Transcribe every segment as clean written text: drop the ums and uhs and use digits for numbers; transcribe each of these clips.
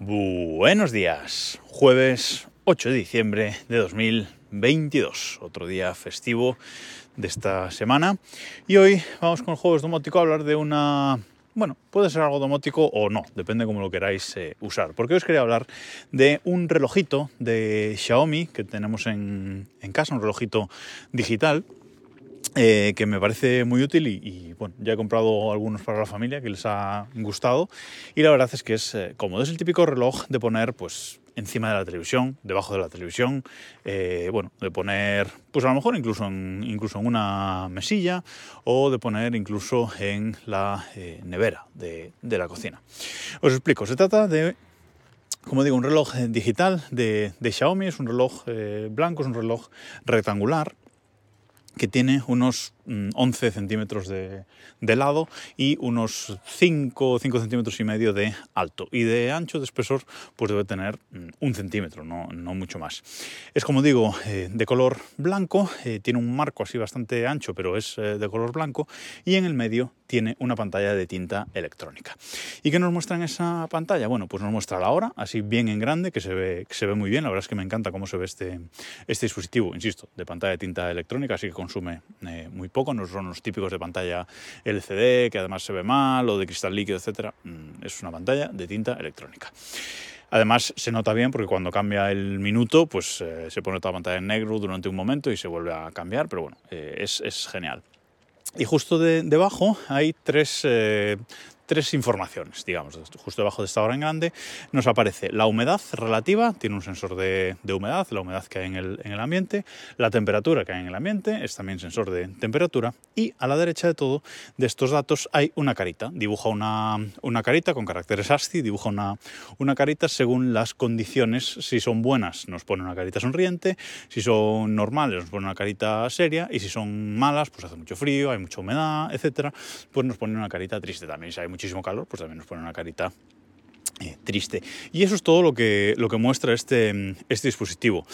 Buenos días, jueves 8 de diciembre de 2022, otro día festivo de esta semana. Y hoy vamos con el jueves domótico a hablar de puede ser algo domótico o no, depende cómo lo queráis usar. Porque hoy os quería hablar de un relojito de Xiaomi que tenemos en casa, un relojito digital, que me parece muy útil y ya he comprado algunos para la familia que les ha gustado y la verdad es que es cómodo. Es el típico reloj de poner pues encima de la televisión, debajo de la televisión, de poner pues a lo mejor incluso en una mesilla o de poner incluso en la nevera de la cocina. Os explico, se trata de, como digo, un reloj digital de Xiaomi. Es un reloj blanco, es un reloj rectangular que tiene unos 11 centímetros de lado y unos 5 centímetros y medio de alto. Y de ancho, de espesor, pues debe tener 1 centímetro, no mucho más. Es, como digo, de color blanco, tiene un marco así bastante ancho, pero es de color blanco, y en el medio tiene una pantalla de tinta electrónica. ¿Y qué nos muestra en esa pantalla? Bueno, pues nos muestra la hora, así bien en grande, que se ve muy bien. La verdad es que me encanta cómo se ve este dispositivo, insisto, de pantalla de tinta electrónica, así que consume muy poco. No son los típicos de pantalla LCD, que además se ve mal, o de cristal líquido, etc. Es una pantalla de tinta electrónica. Además se nota bien porque cuando cambia el minuto pues se pone toda la pantalla en negro durante un momento y se vuelve a cambiar, pero bueno, es genial. Y justo debajo hay tres informaciones, digamos. Justo debajo de esta hora en grande nos aparece la humedad relativa, tiene un sensor de humedad, la humedad que hay en el ambiente, la temperatura que hay en el ambiente, es también sensor de temperatura, y a la derecha de todo de estos datos hay una carita. Dibuja una carita con caracteres ASCII, dibuja una carita según las condiciones. Si son buenas nos pone una carita sonriente, si son normales nos pone una carita seria, y si son malas, pues hace mucho frío, hay mucha humedad, etcétera, pues nos pone una carita triste también. Si hay muchísimo calor, pues también nos pone una carita triste. Y eso es todo lo que muestra este dispositivo.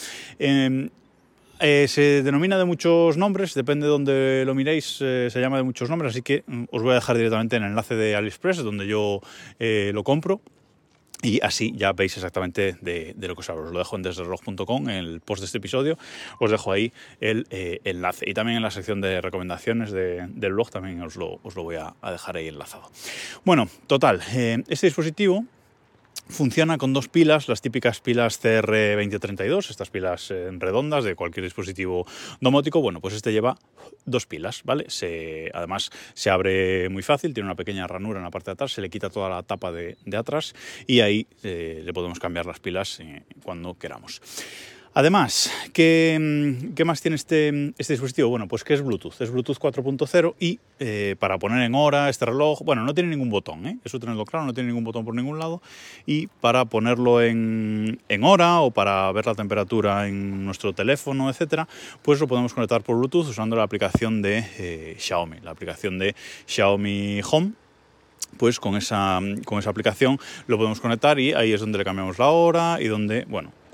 Se denomina de muchos nombres, depende de donde lo miréis, se llama de muchos nombres, así que os voy a dejar directamente en el enlace de AliExpress, donde yo lo compro. Y así ya veis exactamente de lo que os hablo. Os lo dejo en desdereloj.com, en el post de este episodio. Os dejo ahí el enlace. Y también en la sección de recomendaciones del blog también os lo voy a dejar ahí enlazado. Bueno, total, este dispositivo funciona con dos pilas, las típicas pilas CR2032, estas pilas redondas de cualquier dispositivo domótico. Bueno, pues este lleva dos pilas, ¿vale? Además se abre muy fácil, tiene una pequeña ranura en la parte de atrás, se le quita toda la tapa de atrás y ahí le podemos cambiar las pilas cuando queramos. Además, ¿qué más tiene este dispositivo? Bueno, pues que es Bluetooth 4.0 y para poner en hora este reloj, no tiene ningún botón, eso tenerlo claro, no tiene ningún botón por ningún lado, y para ponerlo en hora o para ver la temperatura en nuestro teléfono, etcétera, pues lo podemos conectar por Bluetooth usando la aplicación de Xiaomi, la aplicación de Xiaomi Home. Pues con esa aplicación lo podemos conectar y ahí es donde le cambiamos la hora y donde,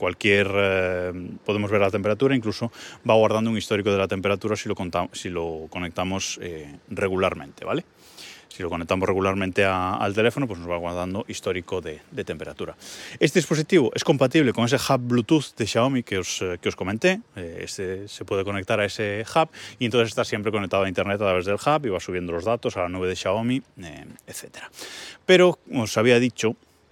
podemos ver la temperatura. Incluso va guardando un histórico de la temperatura si lo conectamos regularmente, ¿vale? Si lo conectamos regularmente al teléfono, pues nos va guardando histórico de temperatura. Este dispositivo es compatible con ese hub Bluetooth de Xiaomi que os comenté. Se puede conectar a ese hub y entonces está siempre conectado a internet a través del hub y va subiendo los datos a la nube de Xiaomi, etcétera. Pero os había dicho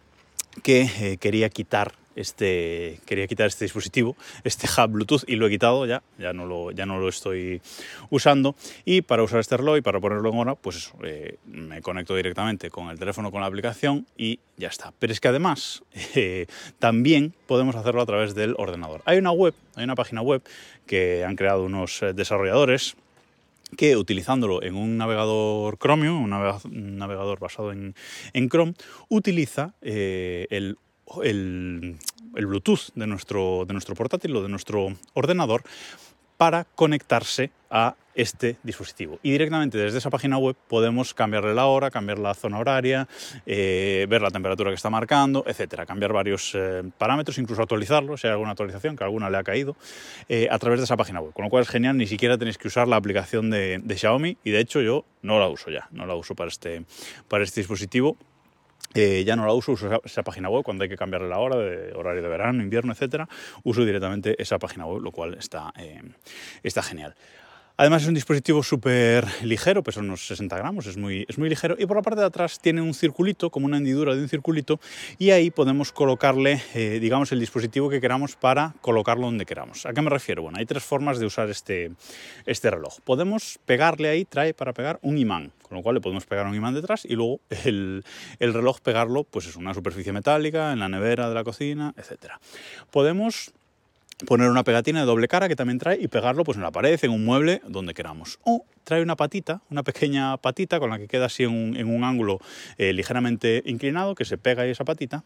que quería quitar este dispositivo, este hub Bluetooth, y lo he quitado, ya no lo estoy usando. Y para usar este reloj y para ponerlo en hora, pues eso, me conecto directamente con el teléfono, con la aplicación y ya está. Pero es que además también podemos hacerlo a través del ordenador. Hay una página web que han creado unos desarrolladores que, utilizándolo en un navegador Chromium, un navegador basado en Chrome, utiliza el Bluetooth de nuestro portátil o de nuestro ordenador para conectarse a este dispositivo. Y directamente desde esa página web podemos cambiarle la hora, cambiar la zona horaria, ver la temperatura que está marcando, etcétera. Cambiar varios parámetros, incluso actualizarlo, si hay alguna actualización, que alguna le ha caído, a través de esa página web. Con lo cual es genial, ni siquiera tenéis que usar la aplicación de Xiaomi, y de hecho yo no la uso para este dispositivo. Ya no la uso esa página web cuando hay que cambiarle la hora, de horario de verano, invierno, etcétera. Uso directamente esa página web, lo cual está genial. Además es un dispositivo súper ligero, pesa unos 60 gramos, es muy ligero, y por la parte de atrás tiene un circulito, como una hendidura de un circulito, y ahí podemos colocarle, digamos, el dispositivo que queramos para colocarlo donde queramos. ¿A qué me refiero? Bueno, hay 3 formas de usar este reloj. Podemos pegarle ahí, trae para pegar un imán, con lo cual le podemos pegar un imán detrás y luego el reloj pegarlo, pues es una superficie metálica, en la nevera de la cocina, etcétera. Podemos poner una pegatina de doble cara que también trae y pegarlo pues en la pared, en un mueble, donde queramos. O trae una patita, una pequeña patita con la que queda así en un ángulo ligeramente inclinado, que se pega ahí esa patita.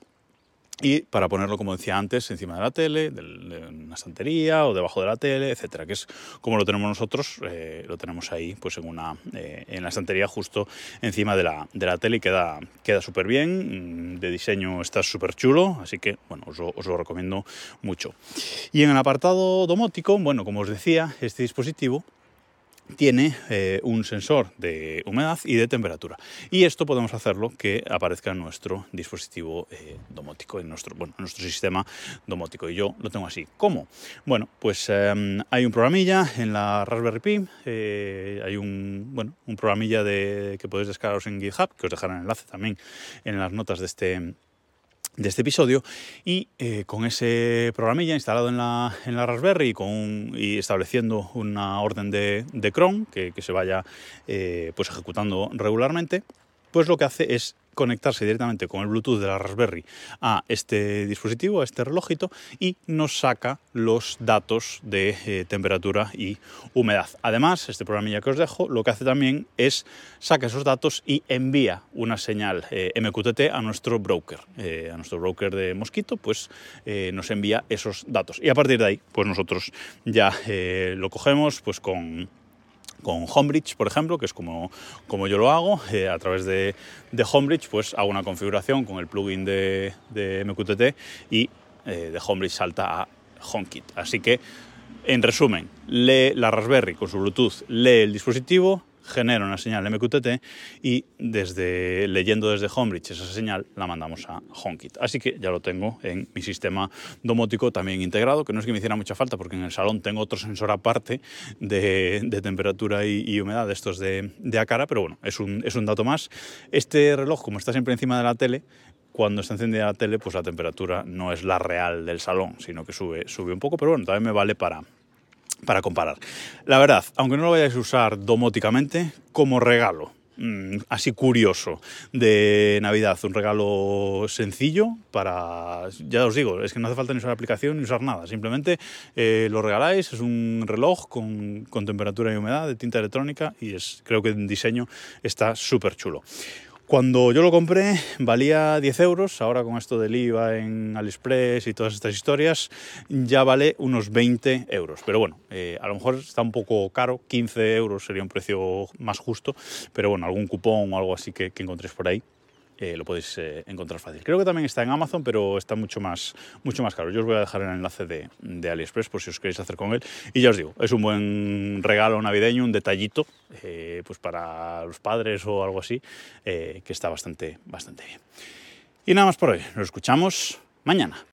Y para ponerlo, como decía antes, encima de la tele, de una estantería o debajo de la tele, etcétera, que es como lo tenemos nosotros. Lo tenemos ahí pues en la estantería justo encima de la tele y queda súper bien. De diseño está súper chulo, así que bueno, os lo recomiendo mucho. Y en el apartado domótico, bueno, como os decía, este dispositivo tiene un sensor de humedad y de temperatura, y esto podemos hacerlo que aparezca en nuestro dispositivo domótico, en nuestro sistema domótico, y yo lo tengo así. ¿Cómo? Bueno, pues hay un programilla en la Raspberry Pi, hay un programilla que podéis descargaros en GitHub, que os dejaré el enlace también en las notas de este episodio, y con ese programilla instalado en la Raspberry y estableciendo una orden de cron que se vaya pues ejecutando regularmente, pues lo que hace es conectarse directamente con el Bluetooth de la Raspberry a este dispositivo, a este relojito, y nos saca los datos de temperatura y humedad. Además, este programilla que os dejo lo que hace también es saca esos datos y envía una señal MQTT a nuestro broker de Mosquito, pues nos envía esos datos. Y a partir de ahí, pues nosotros ya lo cogemos pues con Homebridge, por ejemplo, que es como yo lo hago. A través de Homebridge pues hago una configuración con el plugin de MQTT y de Homebridge salta a HomeKit. Así que, en resumen, lee la Raspberry con su Bluetooth, lee el dispositivo, genera una señal MQTT y leyendo desde Homebridge esa señal la mandamos a HomeKit. Así que ya lo tengo en mi sistema domótico también integrado, que no es que me hiciera mucha falta porque en el salón tengo otro sensor aparte de temperatura y humedad de estos de Aqara, pero bueno, es un dato más. Este reloj, como está siempre encima de la tele, cuando está encendida la tele, pues la temperatura no es la real del salón, sino que sube un poco, pero bueno, también me vale para comparar. La verdad, aunque no lo vayáis a usar domóticamente, como regalo así curioso de Navidad, un regalo sencillo ya os digo, es que no hace falta ni usar la aplicación ni usar nada, simplemente lo regaláis. Es un reloj con temperatura y humedad de tinta electrónica y creo que en diseño está súper chulo. Cuando yo lo compré valía 10 euros, ahora con esto del IVA en AliExpress y todas estas historias ya vale unos 20 euros. Pero bueno, a lo mejor está un poco caro, 15 euros sería un precio más justo, pero bueno, algún cupón o algo así que encontréis por ahí. Lo podéis encontrar fácil. Creo que también está en Amazon, pero está mucho más caro. Yo os voy a dejar el enlace de AliExpress por si os queréis hacer con él. Y ya os digo, es un buen regalo navideño, un detallito, pues para los padres o algo así, que está bastante bien. Y nada más por hoy. Nos escuchamos mañana.